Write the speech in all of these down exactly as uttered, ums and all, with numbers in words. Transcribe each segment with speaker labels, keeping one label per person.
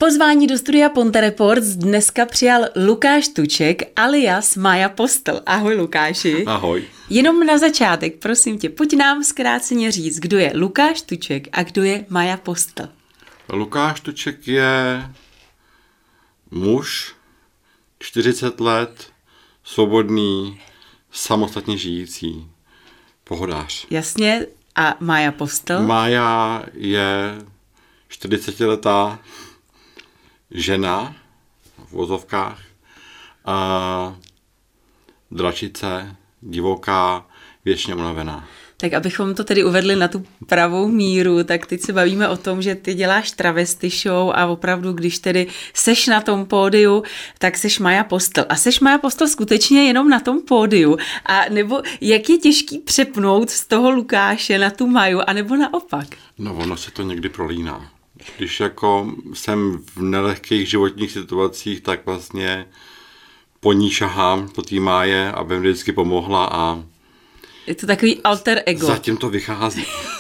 Speaker 1: Pozvání do studia Ponte Reports dneska přijal Lukáš Tuček alias Maja Postl. Ahoj Lukáši.
Speaker 2: Ahoj.
Speaker 1: Jenom na začátek, prosím tě, pojď nám zkráceně říct, kdo je Lukáš Tuček a kdo je Maja Postl.
Speaker 2: Lukáš Tuček je muž, čtyřicet let, svobodný, samostatně žijící, pohodář.
Speaker 1: Jasně, a Maja Postl?
Speaker 2: Maja je čtyřicetiletá žena v vozovkách, a dračice, divoká, věčně unavená.
Speaker 1: Tak abychom to tedy uvedli na tu pravou míru, tak teď se bavíme o tom, že ty děláš travesty show a opravdu, když tedy seš na tom pódiu, tak seš Maja Postl. A seš Maja Postl skutečně jenom na tom pódiu. A nebo jak je těžký přepnout z toho Lukáše na tu Maju, anebo naopak?
Speaker 2: No ono se to někdy prolíná. Když jako jsem v nelehkých životních situacích, tak vlastně po ní šahám, po té Máje, aby mi vždycky pomohla a
Speaker 1: je to takový alter ego.
Speaker 2: Zatím to vychází.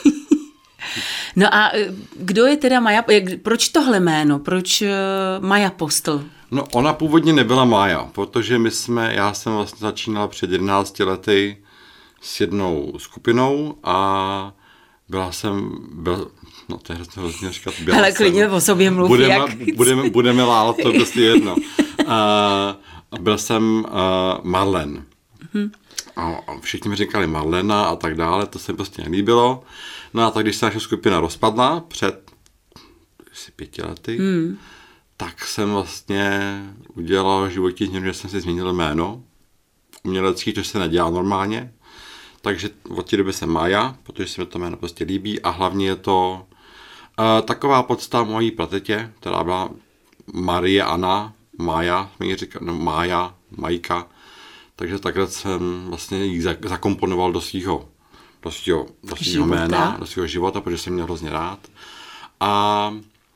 Speaker 1: No a kdo je teda Maja, jak, proč tohle jméno, proč uh, Maja Postl?
Speaker 2: No ona původně nebyla Mája, protože my jsme, já jsem vlastně začínala před jedenácti lety s jednou skupinou a byla jsem, byl, no to je hrozně říkat, byla
Speaker 1: ale
Speaker 2: jsem,
Speaker 1: klidně o sobě mluví.
Speaker 2: budeme,
Speaker 1: jak
Speaker 2: budeme, budeme lálat, to je prostě jedno. A byl jsem uh, Marlen. Mhm. A všichni mi říkali Marlena a tak dále, to se mi prostě nelíbilo. No a tak když se naše skupina rozpadla před asi pěti lety, hmm. tak jsem vlastně udělal životní změnu, že jsem si změnil jméno umělecký, což se nedělá normálně. Takže od té doby jsem Maja, protože se mi to jméno prostě líbí a hlavně je to uh, taková podsta mojí pratetě, která byla Marie Anna, Maja, jsme jí říkali, no Mája, Majka. Takže takhle jsem vlastně ji zakomponoval do svého do svýho, do svýho jména, do svého života, protože jsem měl hrozně rád. A,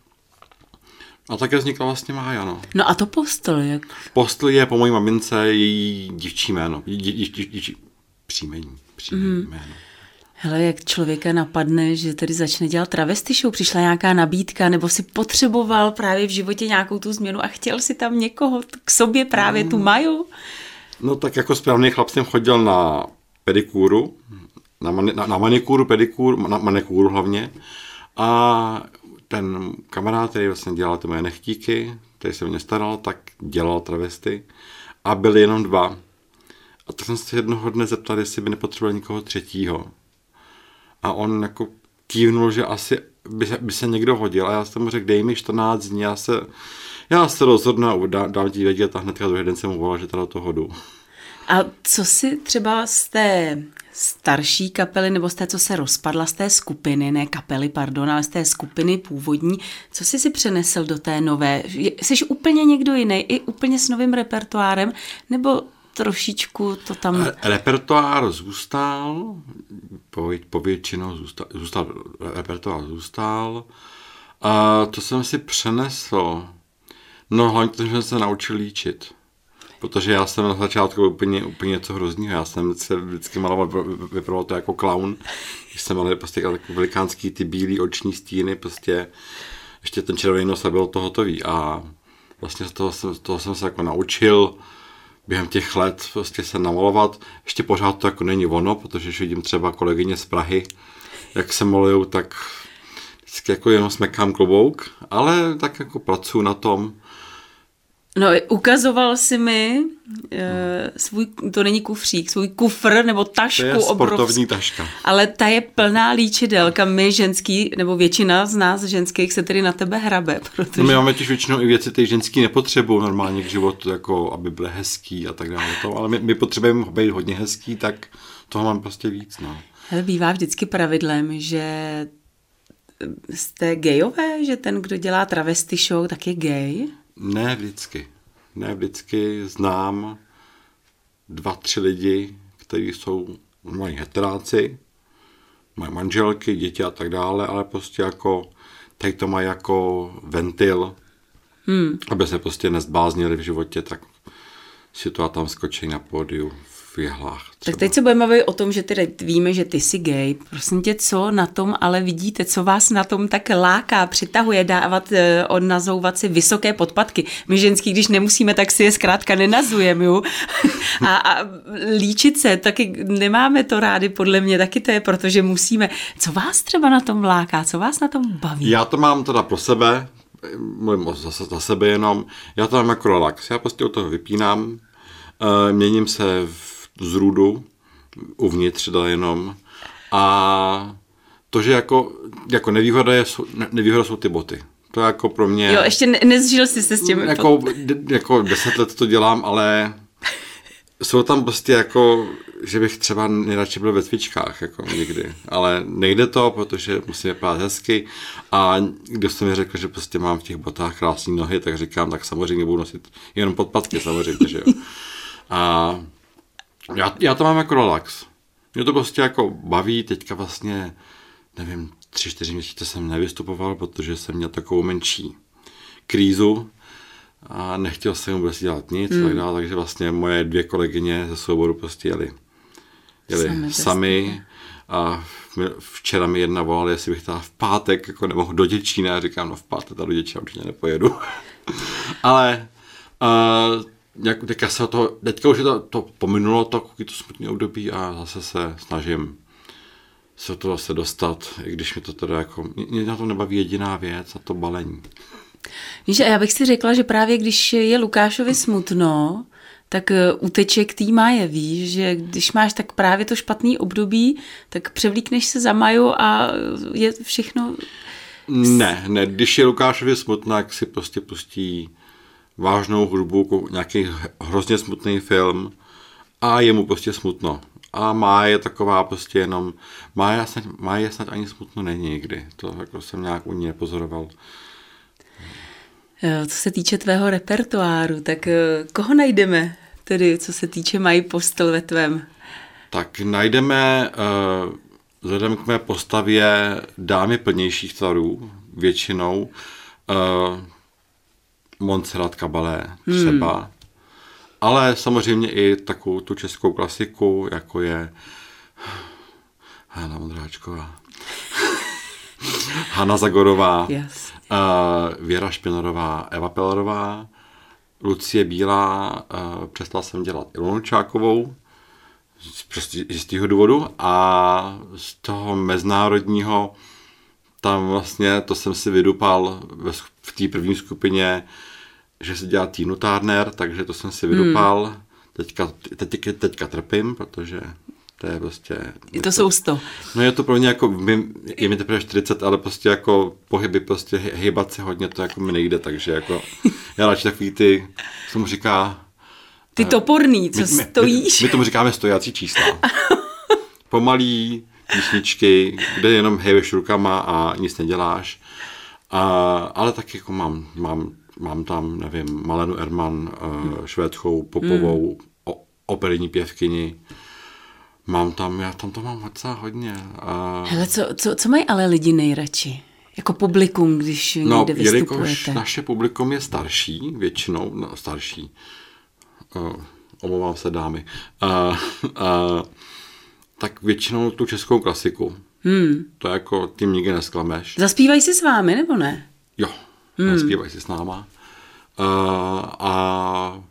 Speaker 2: a také vznikla vlastně Mája. No,
Speaker 1: no a to Postl, jak?
Speaker 2: Postl je po mojí mamince její dívčí jméno, dívčí příjmení, příjmení mm. jméno.
Speaker 1: Hele, jak člověka napadne, že tady začne dělat travesty show, přišla nějaká nabídka, nebo si potřeboval právě v životě nějakou tu změnu a chtěl si tam někoho k sobě právě mm. tu Maju?
Speaker 2: No tak jako správný chlap jsem chodil na pedikúru, na, mani, na, na manikúru, pedikúru, na manikúru hlavně. A ten kamarád, který vlastně dělal ty moje nechtíky, který se mě staral, tak dělal travesty. A byli jenom dva. A tak jsem se jednoho dne zeptal, jestli by nepotřeboval nikoho třetího. A on jako kývnul, že asi by se, by se někdo hodil. A já jsem mu řekl, dej mi čtrnáct dní, já se... Já se rozhodnu a dá, dám ti vědět a hnedka druhý den jsem mu volal, že teda do toho jdu.
Speaker 1: A co si třeba z té starší kapely, nebo z té, co se rozpadla, z té skupiny, ne kapely, pardon, ale z té skupiny původní, co jsi si přenesl do té nové? Jsi úplně někdo jiný, i úplně s novým repertoárem, nebo trošičku to tam...
Speaker 2: Repertoár zůstal, po, po většinou zůstal, zůstal, repertoár zůstal, a to jsem si přenesl. No hlavně to, že jsem se naučil líčit. Protože já jsem na začátku úplně, úplně něco hroznýho. Já jsem se vždycky maloval, vypadalo to jako klaun. Když jsem mal prostě takový velikánský ty bílý oční stíny, prostě ještě ten červený nos a bylo to hotový. A vlastně z toho jsem, z toho jsem se jako naučil během těch let prostě se namalovat. Ještě pořád to jako není ono, protože když vidím třeba kolegyně z Prahy, jak se malujou, tak vždycky jako jenom smekám klobouk, ale tak jako pracuji na tom.
Speaker 1: No, ukazoval si mi e, svůj, to není kufřík, svůj kufr nebo tašku obrovskou.
Speaker 2: To je sportovní taška.
Speaker 1: Ale ta je plná líčidelka. My ženský, nebo většina z nás ženských se tedy na tebe hrabe. Protože...
Speaker 2: No, my máme těž většinou i věci, ty ženský nepotřebují normálně k životu, jako aby byly hezký a tak dále. To, ale my, my potřebujeme být hodně hezký, tak toho mám prostě víc. No.
Speaker 1: Hele, bývá vždycky pravidlem, že jste gejové, že ten, kdo dělá travesty show, tak je gej?
Speaker 2: Ne vždycky. Ne vždycky znám dva, tři lidi, kteří jsou mají heteráci, mají manželky, děti a tak dále, ale prostě jako tady to mají jako ventil, hmm. aby se prostě nezbláznili v životě, tak si to a tam skočí na pódiu v jehlách.
Speaker 1: Třeba. Tak teď se budeme mluvit o tom, že tedy víme, že ty jsi gay. Prosím tě, co na tom ale vidíte, co vás na tom tak láká, přitahuje, dávat, odnazouvat si vysoké podpatky. My ženský, když nemusíme, tak si je zkrátka nenazujeme, jo. A, a líčit se, taky nemáme to rádi, podle mě, taky to je, protože musíme. Co vás třeba na tom láká, co vás na tom baví?
Speaker 2: Já to mám teda pro sebe, mluvím za, za sebe jenom, já to mám jako relax, já prostě od toho vypínám, e, měním se v, z růdu, uvnitř teda jenom a to, že jako, jako nevýhoda, je, nevýhoda jsou ty boty. To je jako pro mě...
Speaker 1: Jo, ještě ne, nezžil jsi se s těmi
Speaker 2: jako, d, jako deset let to dělám, ale jsou tam prostě jako, že bych třeba nejradši byl ve cvičkách, jako někdy, ale nejde to, protože musím vypadat hezky a když jsem mi řekl, že prostě mám v těch botách krásné nohy, tak říkám, tak samozřejmě budu nosit jenom podpatky, samozřejmě, že jo. A já, já to mám jako relax. Mě to prostě jako baví, teďka vlastně, nevím, tři, čtyři měsíce jsem nevystupoval, protože jsem měl takovou menší krízu, a nechtěl jsem vůbec dělat nic, hmm. tak dále, takže vlastně moje dvě kolegyně ze souboru prostě jeli, jeli sami, sami a včera mi jedna volala, jestli bych teda v pátek jako nemohl do Děčína a říkám, no v pátek do Děčína určitě nepojedu. Ale uh, jak, teďka, se to, teďka už je to, to pominulo, to, to smutné období a zase se snažím se to zase dostat, i když mi to teda jako, mě na to nebaví jediná věc a to balení.
Speaker 1: Víš, já bych si řekla, že právě když je Lukášovi smutno, tak uteče k tý Maje, víš, že když máš tak právě to špatný období, tak převlíkneš se za Maju a je všechno...
Speaker 2: Ne, ne, když je Lukášovi smutno, tak si prostě pustí vážnou hudbu, nějaký hrozně smutný film a je mu prostě smutno. A Mája je taková prostě jenom, Mája snad, Mája snad ani smutno není nikdy, to jako jsem nějak u ní nepozoroval.
Speaker 1: Co se týče tvého repertoáru, tak koho najdeme, tedy co se týče Maji Postl ve tvém?
Speaker 2: Tak najdeme uh, vzhledem k mé postavě dámy plnějších tvarů, většinou uh, Montserrat Caballé třeba, hmm. ale samozřejmě i takovou tu českou klasiku, jako je Hana Modráčková, Hana Zagorová, yes. uh, Věra Špinarová, Eva Pellerová, Lucie Bílá, uh, přestal jsem dělat Ilonu Čákovou, prostě z toho důvodu a z toho mezinárodního tam vlastně, to jsem si vydupal v té první skupině, že se dělá Tinu Turner, takže to jsem si vydupal. Hmm. Teďka, teď, teďka trpím, protože to je prostě...
Speaker 1: Je to jsou sto.
Speaker 2: No je to pro mě jako, my, je mi teprve čtyřicet, ale prostě jako pohyby, prostě hýbat se hodně, to jako mi nejde, takže jako já radši takový ty, co mu říká...
Speaker 1: Ty toporný, co
Speaker 2: my,
Speaker 1: stojíš.
Speaker 2: My, my tomu říkáme stojací čísla. Pomalý písničky, kde jenom hejbeš rukama a nic neděláš. A, ale tak jako mám, mám, mám tam, nevím, Malenu Erman, hmm. švédskou, popovou, hmm. o, operní pěvkyni. Mám tam, já tam to mám docela hodně. A...
Speaker 1: Hele, co, co, co mají ale lidi nejradši? Jako publikum, když
Speaker 2: no,
Speaker 1: někde vystupujete?
Speaker 2: Jelikož naše publikum je starší, většinou, no, starší. Uh, omlouvám se dámy. Uh, uh, tak většinou tu českou klasiku. Hmm. To je jako, tím nikdy nesklameš.
Speaker 1: Zaspívají si s vámi, nebo ne?
Speaker 2: Jo, hmm. zaspívají si s náma. Uh, a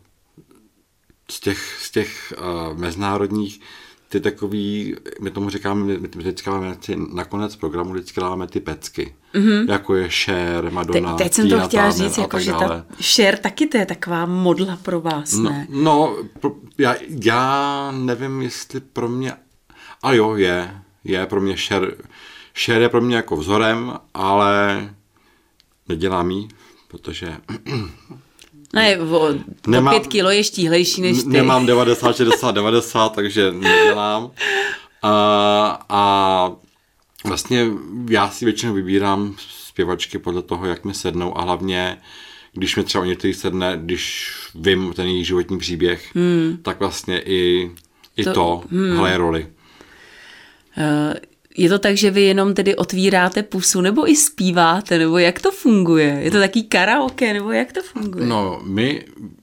Speaker 2: z těch, z těch uh, mezinárodních, ty takový, my tomu říkáme, my vždycky máme nakonec programu, vždycky dáme ty pecky. Mm-hmm. Jako je Cher, Madonna,
Speaker 1: Te, teď jsem
Speaker 2: Tina
Speaker 1: to chtěla
Speaker 2: Turner
Speaker 1: říct, jako, že ta Cher taky to je taková modla pro vás, ne?
Speaker 2: No, no pro, já, já nevím, jestli pro mě, ale jo, je, je pro mě Cher, Cher je pro mě jako vzorem, ale nedělám jí, protože...
Speaker 1: Ne, o, nemám, o pět kilo je štíhlejší než ty.
Speaker 2: Nemám devadesát, šedesát, devadesát, takže nedělám. A, a vlastně já si většinou vybírám zpěvačky podle toho, jak mi sednou a hlavně, když mi třeba o některý sedne, když vím ten jejich životní příběh, hmm. tak vlastně i, i to, to hmm. hraje roli.
Speaker 1: Uh, je to tak, že vy jenom tedy otvíráte pusu, nebo i zpíváte, nebo jak to funguje? Je to taký karaoke, nebo jak to funguje?
Speaker 2: No, my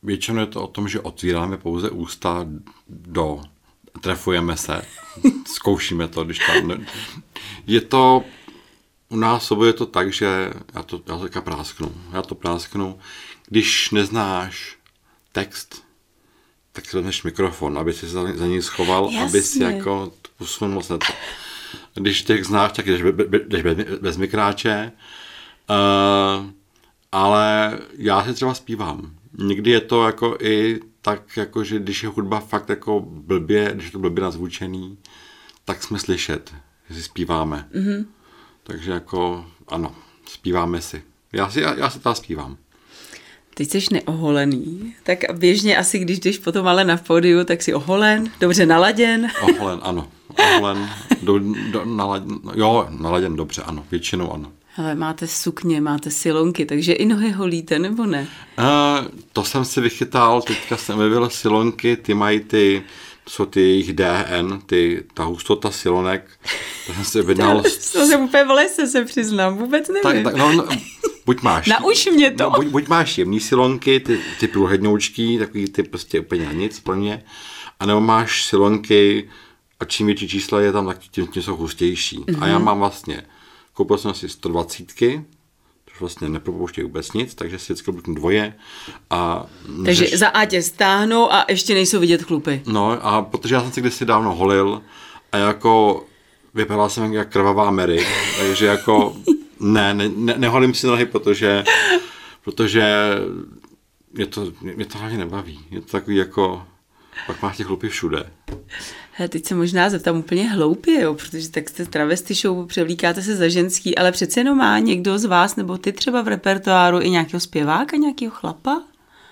Speaker 2: většinou je to o tom, že otvíráme pouze ústa do, trefujeme se, zkoušíme to, když tam... Je to, u nás sobě je to tak, že já to, já to taká prásknu, já to prásknu, když neznáš text, tak si vezmeš mikrofon, aby si za, za něj schoval,
Speaker 1: Jasně.
Speaker 2: aby si jako posunul se to. Když těch znáš, tak jdeš, be, be, jdeš bez, bez mikráče, uh, ale já si třeba zpívám. Někdy je to jako i tak, jako, že když je hudba fakt jako blbě, když je to blbě nazvučený, tak jsme slyšet, že si zpíváme. Mm-hmm. Takže jako ano, zpíváme si. Já si, já, já si teda zpívám.
Speaker 1: Teď jsi neoholený, tak běžně asi, když jdeš potom ale na pódiu, tak jsi oholen, dobře naladěn.
Speaker 2: Oholen, ano. Oholen, do, do, naladěn, jo, naladěn, dobře, ano, většinou ano.
Speaker 1: Ale máte sukně, máte silonky, takže i nohy holíte, nebo ne?
Speaker 2: Uh, to jsem si vychytal, teďka jsem vyvěl silonky, ty mají ty, jsou ty jejich D N, ty, ta hustota silonek, to jsem si objednal.
Speaker 1: To jsem úplně v lese, se přiznám, vůbec nevím.
Speaker 2: Tak, tak, no, no, buď máš.
Speaker 1: Nauč mě to.
Speaker 2: No, buď, buď máš jemný silonky, ty, ty průhledňoučky, takový ty prostě úplně na nic pro mě, anebo máš silonky a čím větší čísla je tam, tak tím, tím jsou hustější. Mm-hmm. A já mám vlastně, koupil jsem si sto dvacítky, což vlastně nepropouštějí vůbec nic, takže si vždycky obliknu dvoje. A
Speaker 1: takže
Speaker 2: řeš...
Speaker 1: za A tě stáhnou a ještě nejsou vidět chlupy.
Speaker 2: No a protože já jsem se kdysi dávno holil a jako vypadal jsem jak krvavá Mary, takže jako ne, ne, ne neholím si nohy, protože, protože mě to, mě to hlavně nebaví. Je to takový jako, pak máš těch chlupy všude.
Speaker 1: He, teď se možná zeptám úplně hloupě, jo, protože tak jste travesty show, převlíkáte se za ženský, ale přece jenom má někdo z vás, nebo ty třeba v repertoáru i nějakého zpěváka, nějakého chlapa?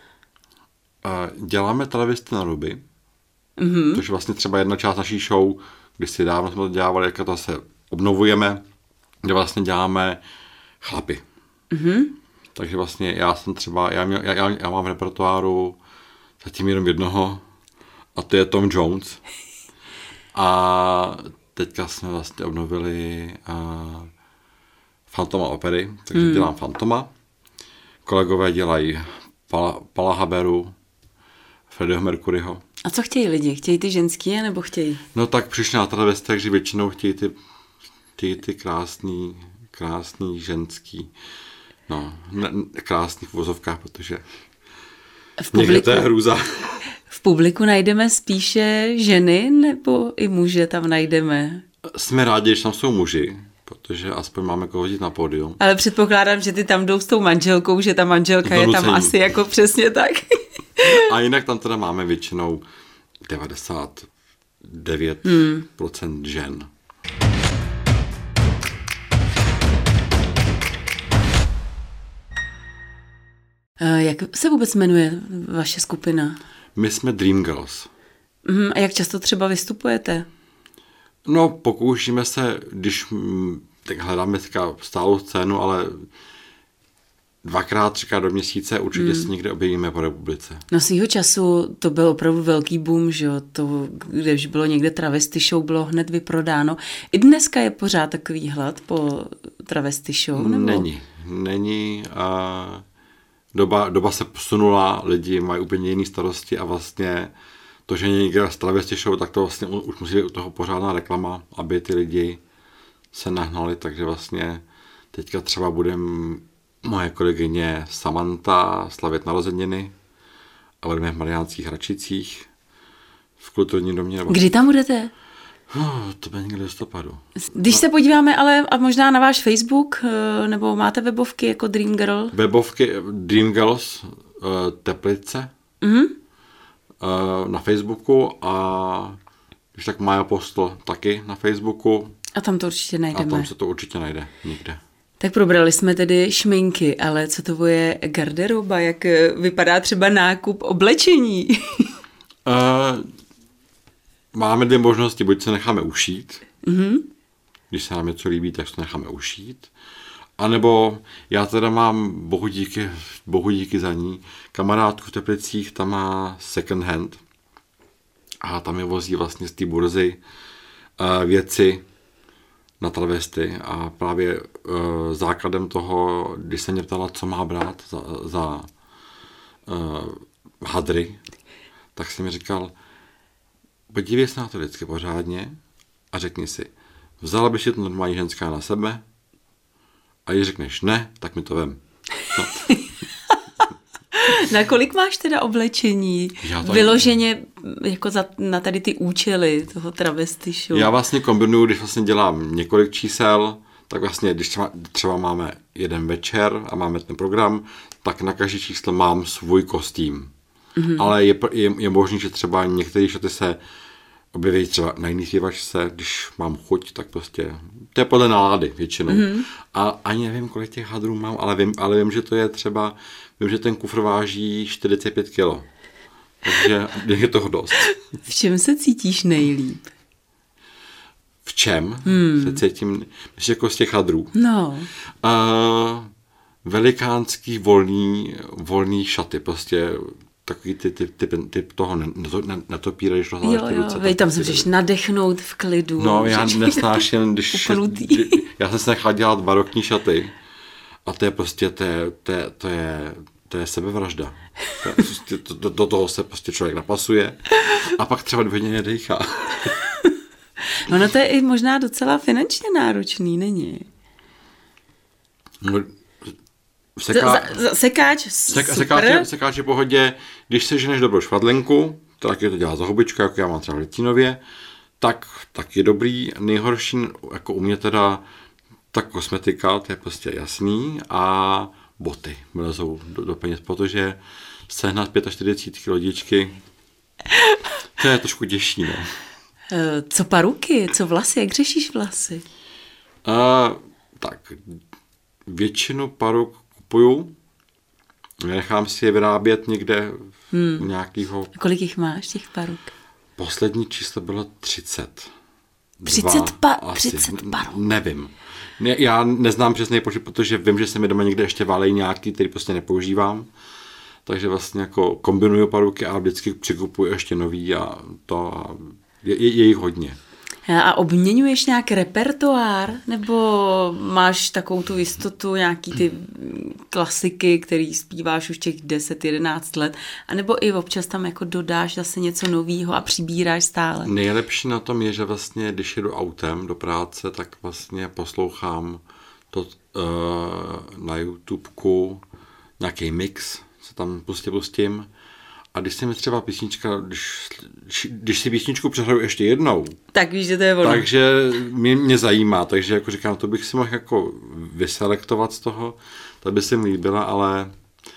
Speaker 2: Uh, děláme travesty na ruby,
Speaker 1: Mm-hmm.
Speaker 2: což vlastně třeba jedna část naší show, když si dávno jsme to dělávali, jak to se obnovujeme, kde vlastně děláme chlapy.
Speaker 1: Mm-hmm.
Speaker 2: Takže vlastně já jsem třeba, já, mě, já, já mám v repertoáru zatím jenom jednoho, a to je Tom Jones. A teďka jsme vlastně obnovili uh, Fantoma opery, takže mm. dělám Fantoma. Kolegové dělají Pala, Pala Haberu, Freddieho Mercuryho.
Speaker 1: A co chtějí lidi? Chtějí ty ženský, nebo chtějí?
Speaker 2: No tak přišli na travesty, takže většinou chtějí ty, chtějí ty krásný, krásný ženský, no, ne, krásný v vozovkách, protože
Speaker 1: v publiku,
Speaker 2: někde to je hrůza.
Speaker 1: V publiku najdeme spíše ženy, nebo i muže tam najdeme?
Speaker 2: Jsme rádi, že tam jsou muži, protože aspoň máme koho hodit na pódium.
Speaker 1: Ale předpokládám, že ty tam jdou s tou manželkou, že ta manželka je tam asi jako přesně tak.
Speaker 2: A jinak tam teda máme většinou devadesát devět procent hmm. žen.
Speaker 1: Jak se vůbec jmenuje vaše skupina?
Speaker 2: My jsme Dream Girls.
Speaker 1: Mm, a jak často třeba vystupujete?
Speaker 2: No, pokoušíme se, když tak hledáme stálou scénu, ale dvakrát, třikrát do měsíce určitě hmm. si někde objevíme po republice.
Speaker 1: No svýho času to byl opravdu velký boom, že jo, to, když bylo někde travesty show, bylo hned vyprodáno. I dneska je pořád takový hlad po travesty show, nebo?
Speaker 2: Není, není a doba, doba se posunula, lidi mají úplně jiné starosti a vlastně to, že někde z travesty show, tak to vlastně už musí být u toho pořádná reklama, aby ty lidi se nahnali, takže vlastně teďka třeba budeme moje kolegyně Samantha slavit narozeniny a budeme v Mariánských Hračicích v kulturním domě.
Speaker 1: Kdy tam budete?
Speaker 2: Oh, to bude někde v listopadu.
Speaker 1: Když no. se podíváme ale a možná na váš Facebook, nebo máte webovky jako Dream Girl?
Speaker 2: Webovky Dream Girls Teplice
Speaker 1: mm-hmm.
Speaker 2: na Facebooku a když tak Maja Postl taky na Facebooku.
Speaker 1: A tam to určitě najdeme.
Speaker 2: A tam se to určitě najde někde.
Speaker 1: Tak probrali jsme tedy šminky, ale co to je garderoba? Jak vypadá třeba nákup oblečení?
Speaker 2: uh, máme dvě možnosti, buď se necháme ušít, mm-hmm. když se nám něco líbí, tak se necháme ušít, anebo já teda mám, bohu díky, bohu díky za ní, kamarádku v Teplicích, tam má second hand a tam je vozí vlastně z té burzy uh, věci na travesty a právě uh, základem toho, když se mě ptala, co má brát za, za uh, hadry, tak jsem mi říkal, podívej se na to vždycky pořádně a řekni si, vzala by si to normální ženská na sebe a když řekneš ne, tak mi to vem. No.
Speaker 1: Na kolik máš teda oblečení? Vyloženě jako za, na tady ty účely toho travesty show?
Speaker 2: Já vlastně kombinuju, když vlastně dělám několik čísel, tak vlastně, když třeba, třeba máme jeden večer a máme ten program, tak na každý číslo mám svůj kostým. Mm-hmm. Ale je, je, je možné, že třeba některé šaty se objeví třeba na jiný zpěvačce, když mám chuť, tak prostě, to je podle nálady většinou. Mm-hmm. A ani nevím, kolik těch hadrů mám, ale vím, ale vím, že to je třeba, vím, že ten kufr váží čtyřicet pět kilo. Takže je toho dost.
Speaker 1: V čem se cítíš nejlíp?
Speaker 2: V čem hmm. se cítím, myslím, jako z těch hadrů?
Speaker 1: No.
Speaker 2: Uh, velikánský volný, volný šaty, prostě takový ty, ty, ty, typ toho netopíra, když rozhládáš ty ruce.
Speaker 1: Vej, tam se můžeš nadechnout v klidu.
Speaker 2: No, já nesnáším, když já jsem se nechal dělat barokní šaty a to je prostě, to je, to je, to je, to je sebevražda. To, to, do, do toho se prostě člověk napasuje a pak třeba dvě dny nedejchá.
Speaker 1: Ono to je i možná docela finančně náročný, není?
Speaker 2: No, seká...
Speaker 1: Z, z, sekáč,
Speaker 2: Sek, sekáč, je, sekáč je pohodě, když se ženeš dobrou švadlenku, tak je to dělá za hubičku, jako já mám třeba v Litínově, tak, tak je dobrý. Nejhorší, jako u mě teda, ta kosmetika, to je prostě jasný, a boty vlezou do, do peněz, protože sehnat čtyřicet pět lodičky, to je trošku těžší, no.
Speaker 1: Co paruky, co vlasy, jak řešíš vlasy?
Speaker 2: Uh, tak, většinu paruk kupuju, nechám si je vyrábět někde hmm. nějakýho...
Speaker 1: Kolik jich máš, těch paruk?
Speaker 2: Poslední číslo bylo třicet.
Speaker 1: třicet, pa- třicet paruk?
Speaker 2: Nevím. Ne, já neznám přesný počet, protože vím, že se mi doma někde ještě válejí nějaký, který prostě nepoužívám. Takže vlastně jako kombinuju paruky a vždycky přikupuju ještě nový a to a je, je, je jich hodně.
Speaker 1: A obměňuješ nějaký repertoár? Nebo máš takovou tu jistotu, nějaký ty klasiky, který zpíváš už těch deset jedenáct let? A nebo i občas tam jako dodáš zase něco nového a přibíráš stále?
Speaker 2: Nejlepší na tom je, že vlastně, když jedu autem do práce, tak vlastně poslouchám to uh, na YouTubeku, nějaký mix, co tam prostě pustím. A když se mi třeba písnička, když, když si písničku přehraju ještě jednou,
Speaker 1: tak víš, že to je ono.
Speaker 2: Takže mě, mě zajímá, takže jako říkám, to bych si mohl jako vyselektovat z toho, to by se mi líbila, ale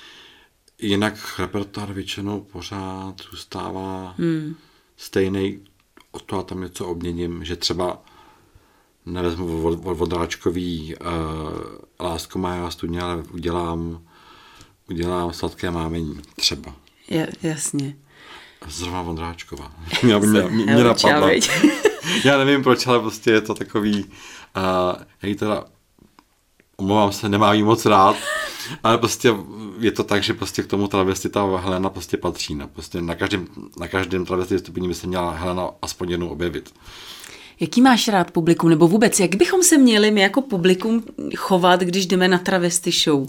Speaker 2: jinak repertoár většinou pořád zůstává hmm. stejný, o to a tam něco obměním, že třeba nevezmu od Vondráčkový uh, Lásko má studně, ale udělám, udělám Sladké mámení třeba.
Speaker 1: Ja, jasně.
Speaker 2: Zrovna Vondráčková. Mě, mě, mě, mě napadla. Já nevím proč, ale prostě je to takový, uh, já jí teda, omlouvám se, nemám jí moc rád, ale prostě je to tak, že prostě k tomu travesti ta Helena prostě patří. No. Prostě na každém, na každém travesti vystupení by se měla Helena aspoň jednou objevit.
Speaker 1: Jaký máš rád publikum, nebo vůbec, jak bychom se měli my jako publikum chovat, když jdeme na travesti show?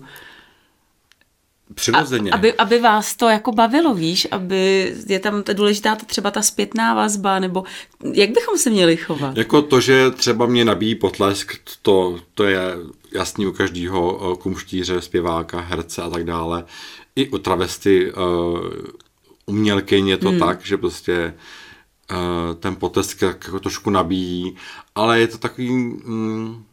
Speaker 2: Přirozeně.
Speaker 1: A, aby, aby vás to jako bavilo, víš, aby je tam důležitá třeba ta zpětná vazba, nebo jak bychom se měli chovat?
Speaker 2: Jako to, že třeba mě nabíjí potlesk, to, to je jasný u každého kumštíře, zpěváka, herce a tak dále. I u travesty uh, umělkyň je to hmm. tak, že prostě uh, ten potlesk jako trošku nabíjí, ale je to takový... Mm,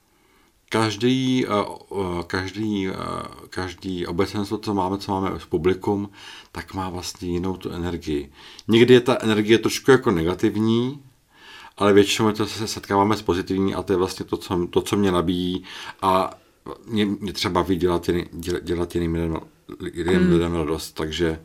Speaker 2: Každý, každý, každý obecenstvo, co máme, co máme v publikum, tak má vlastně jinou tu energii. Někdy je ta energie trošku jako negativní, ale většinou to se setkáváme s pozitivní a to je vlastně to, co, to, co mě nabíjí a mě, mě třeba baví dělat, jiný, dělat jiným lidem, jiným lidem hmm. radost, takže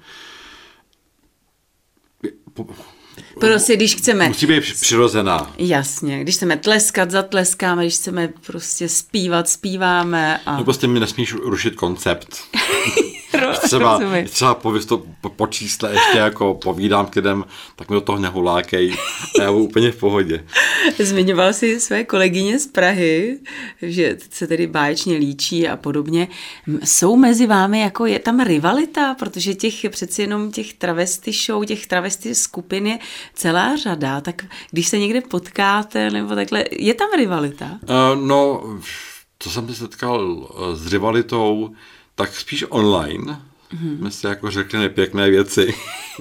Speaker 1: prostě když chceme...
Speaker 2: Musí být přirozená.
Speaker 1: Jasně, když chceme tleskat, zatleskáme, když chceme prostě zpívat, zpíváme. A...
Speaker 2: No prostě mi nesmíš rušit koncept. třeba, třeba po, vystup, po, po čísle ještě jako povídám k lidem, tak mi do toho nehulákej. A já budu úplně v pohodě.
Speaker 1: Zmiňoval jsi své kolegyně z Prahy, že se tedy báječně líčí a podobně. Jsou mezi vámi, jako je tam rivalita, protože těch přeci jenom těch travesty show, těch travesty skupin je celá řada, tak když se někde potkáte nebo takhle, je tam rivalita?
Speaker 2: Uh, no, co jsem se setkal s rivalitou, tak spíš online. Mm-hmm. My si jako řekli nepěkné věci.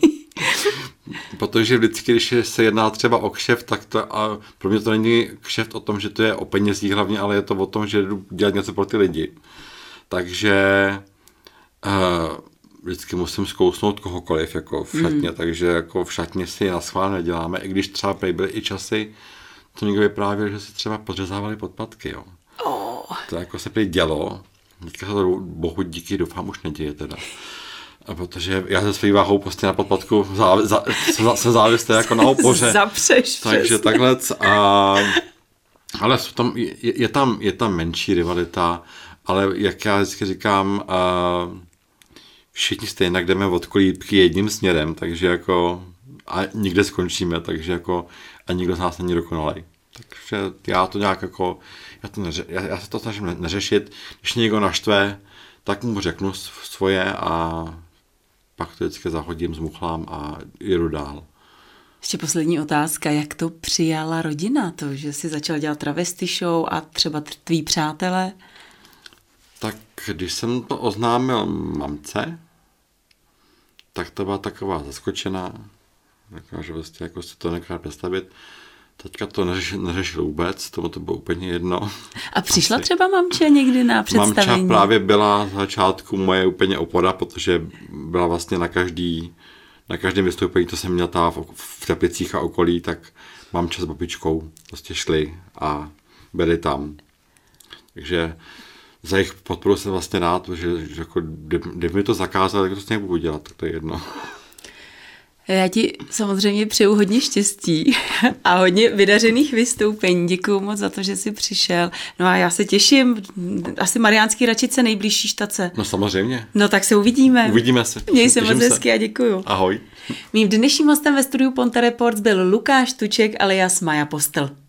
Speaker 2: Protože vždycky, když se jedná třeba o kšeft, tak to, a pro mě to není kšeft o tom, že to je o penězích hlavně, ale je to o tom, že jdu dělat něco pro ty lidi. Takže uh, vždycky musím zkousnout kohokoliv jako v šatně, mm. takže jako v šatně si na schvál neděláme, i když třeba byly i časy, to někdo vyprávěl, že si třeba podřezávali podpatky, jo.
Speaker 1: Oh.
Speaker 2: To jako se prý dělo, teďka se to bohu díky doufám už neděje teda. A protože já se svým váhou prostě na podpatku závi, za, jsem, jsem závislý jako na opoře.
Speaker 1: Zapřeš.
Speaker 2: Takže přesně. Takhle. A, ale jsou tam, je, je, tam, je tam menší rivalita, ale jak já vždycky říkám, a všichni stejně jdeme od kolíbky jedním směrem, takže jako a nikde skončíme, takže jako a nikdo z nás není dokonalej. Takže já to nějak jako, já, to neře, já, já se to snažím neřešit, když někdo naštve, tak mu řeknu svoje a pak to vždycky zahodím, zmuchlám a jedu dál.
Speaker 1: Ještě poslední otázka, jak to přijala rodina, to, že jsi začal dělat travesty show a třeba tví přátelé?
Speaker 2: Tak když jsem to oznámil mamce, tak to byla taková zaskočená, taková, že vlastně jako si to neká představit. Teďka to neřešil, neřešil vůbec, tomu to bylo úplně jedno.
Speaker 1: A přišla Asi. třeba mamče někdy na představení?
Speaker 2: Mamča právě byla z začátku moje úplně opoda, protože byla vlastně na každý, na každém vystoupení, to jsem měl tam v, v Teplicích a okolí, tak mamča s babičkou prostě šli a byli tam. Takže za jejich podporu jsem vlastně rád, že, že jako, kdyby mi to zakázali, tak to vlastně nebudu dělat, tak to je jedno.
Speaker 1: Já ti samozřejmě přeju hodně štěstí a hodně vydařených vystoupení. Děkuju moc za to, že jsi přišel. No a já se těším. Asi Mariánský Račice, nejbližší štace.
Speaker 2: No samozřejmě.
Speaker 1: No tak se uvidíme.
Speaker 2: Uvidíme se.
Speaker 1: Měj se moc hezky a děkuju.
Speaker 2: Ahoj.
Speaker 1: Mým dnešním hostem ve studiu Ponte Reports byl Lukáš Tuček alias Maja Postl.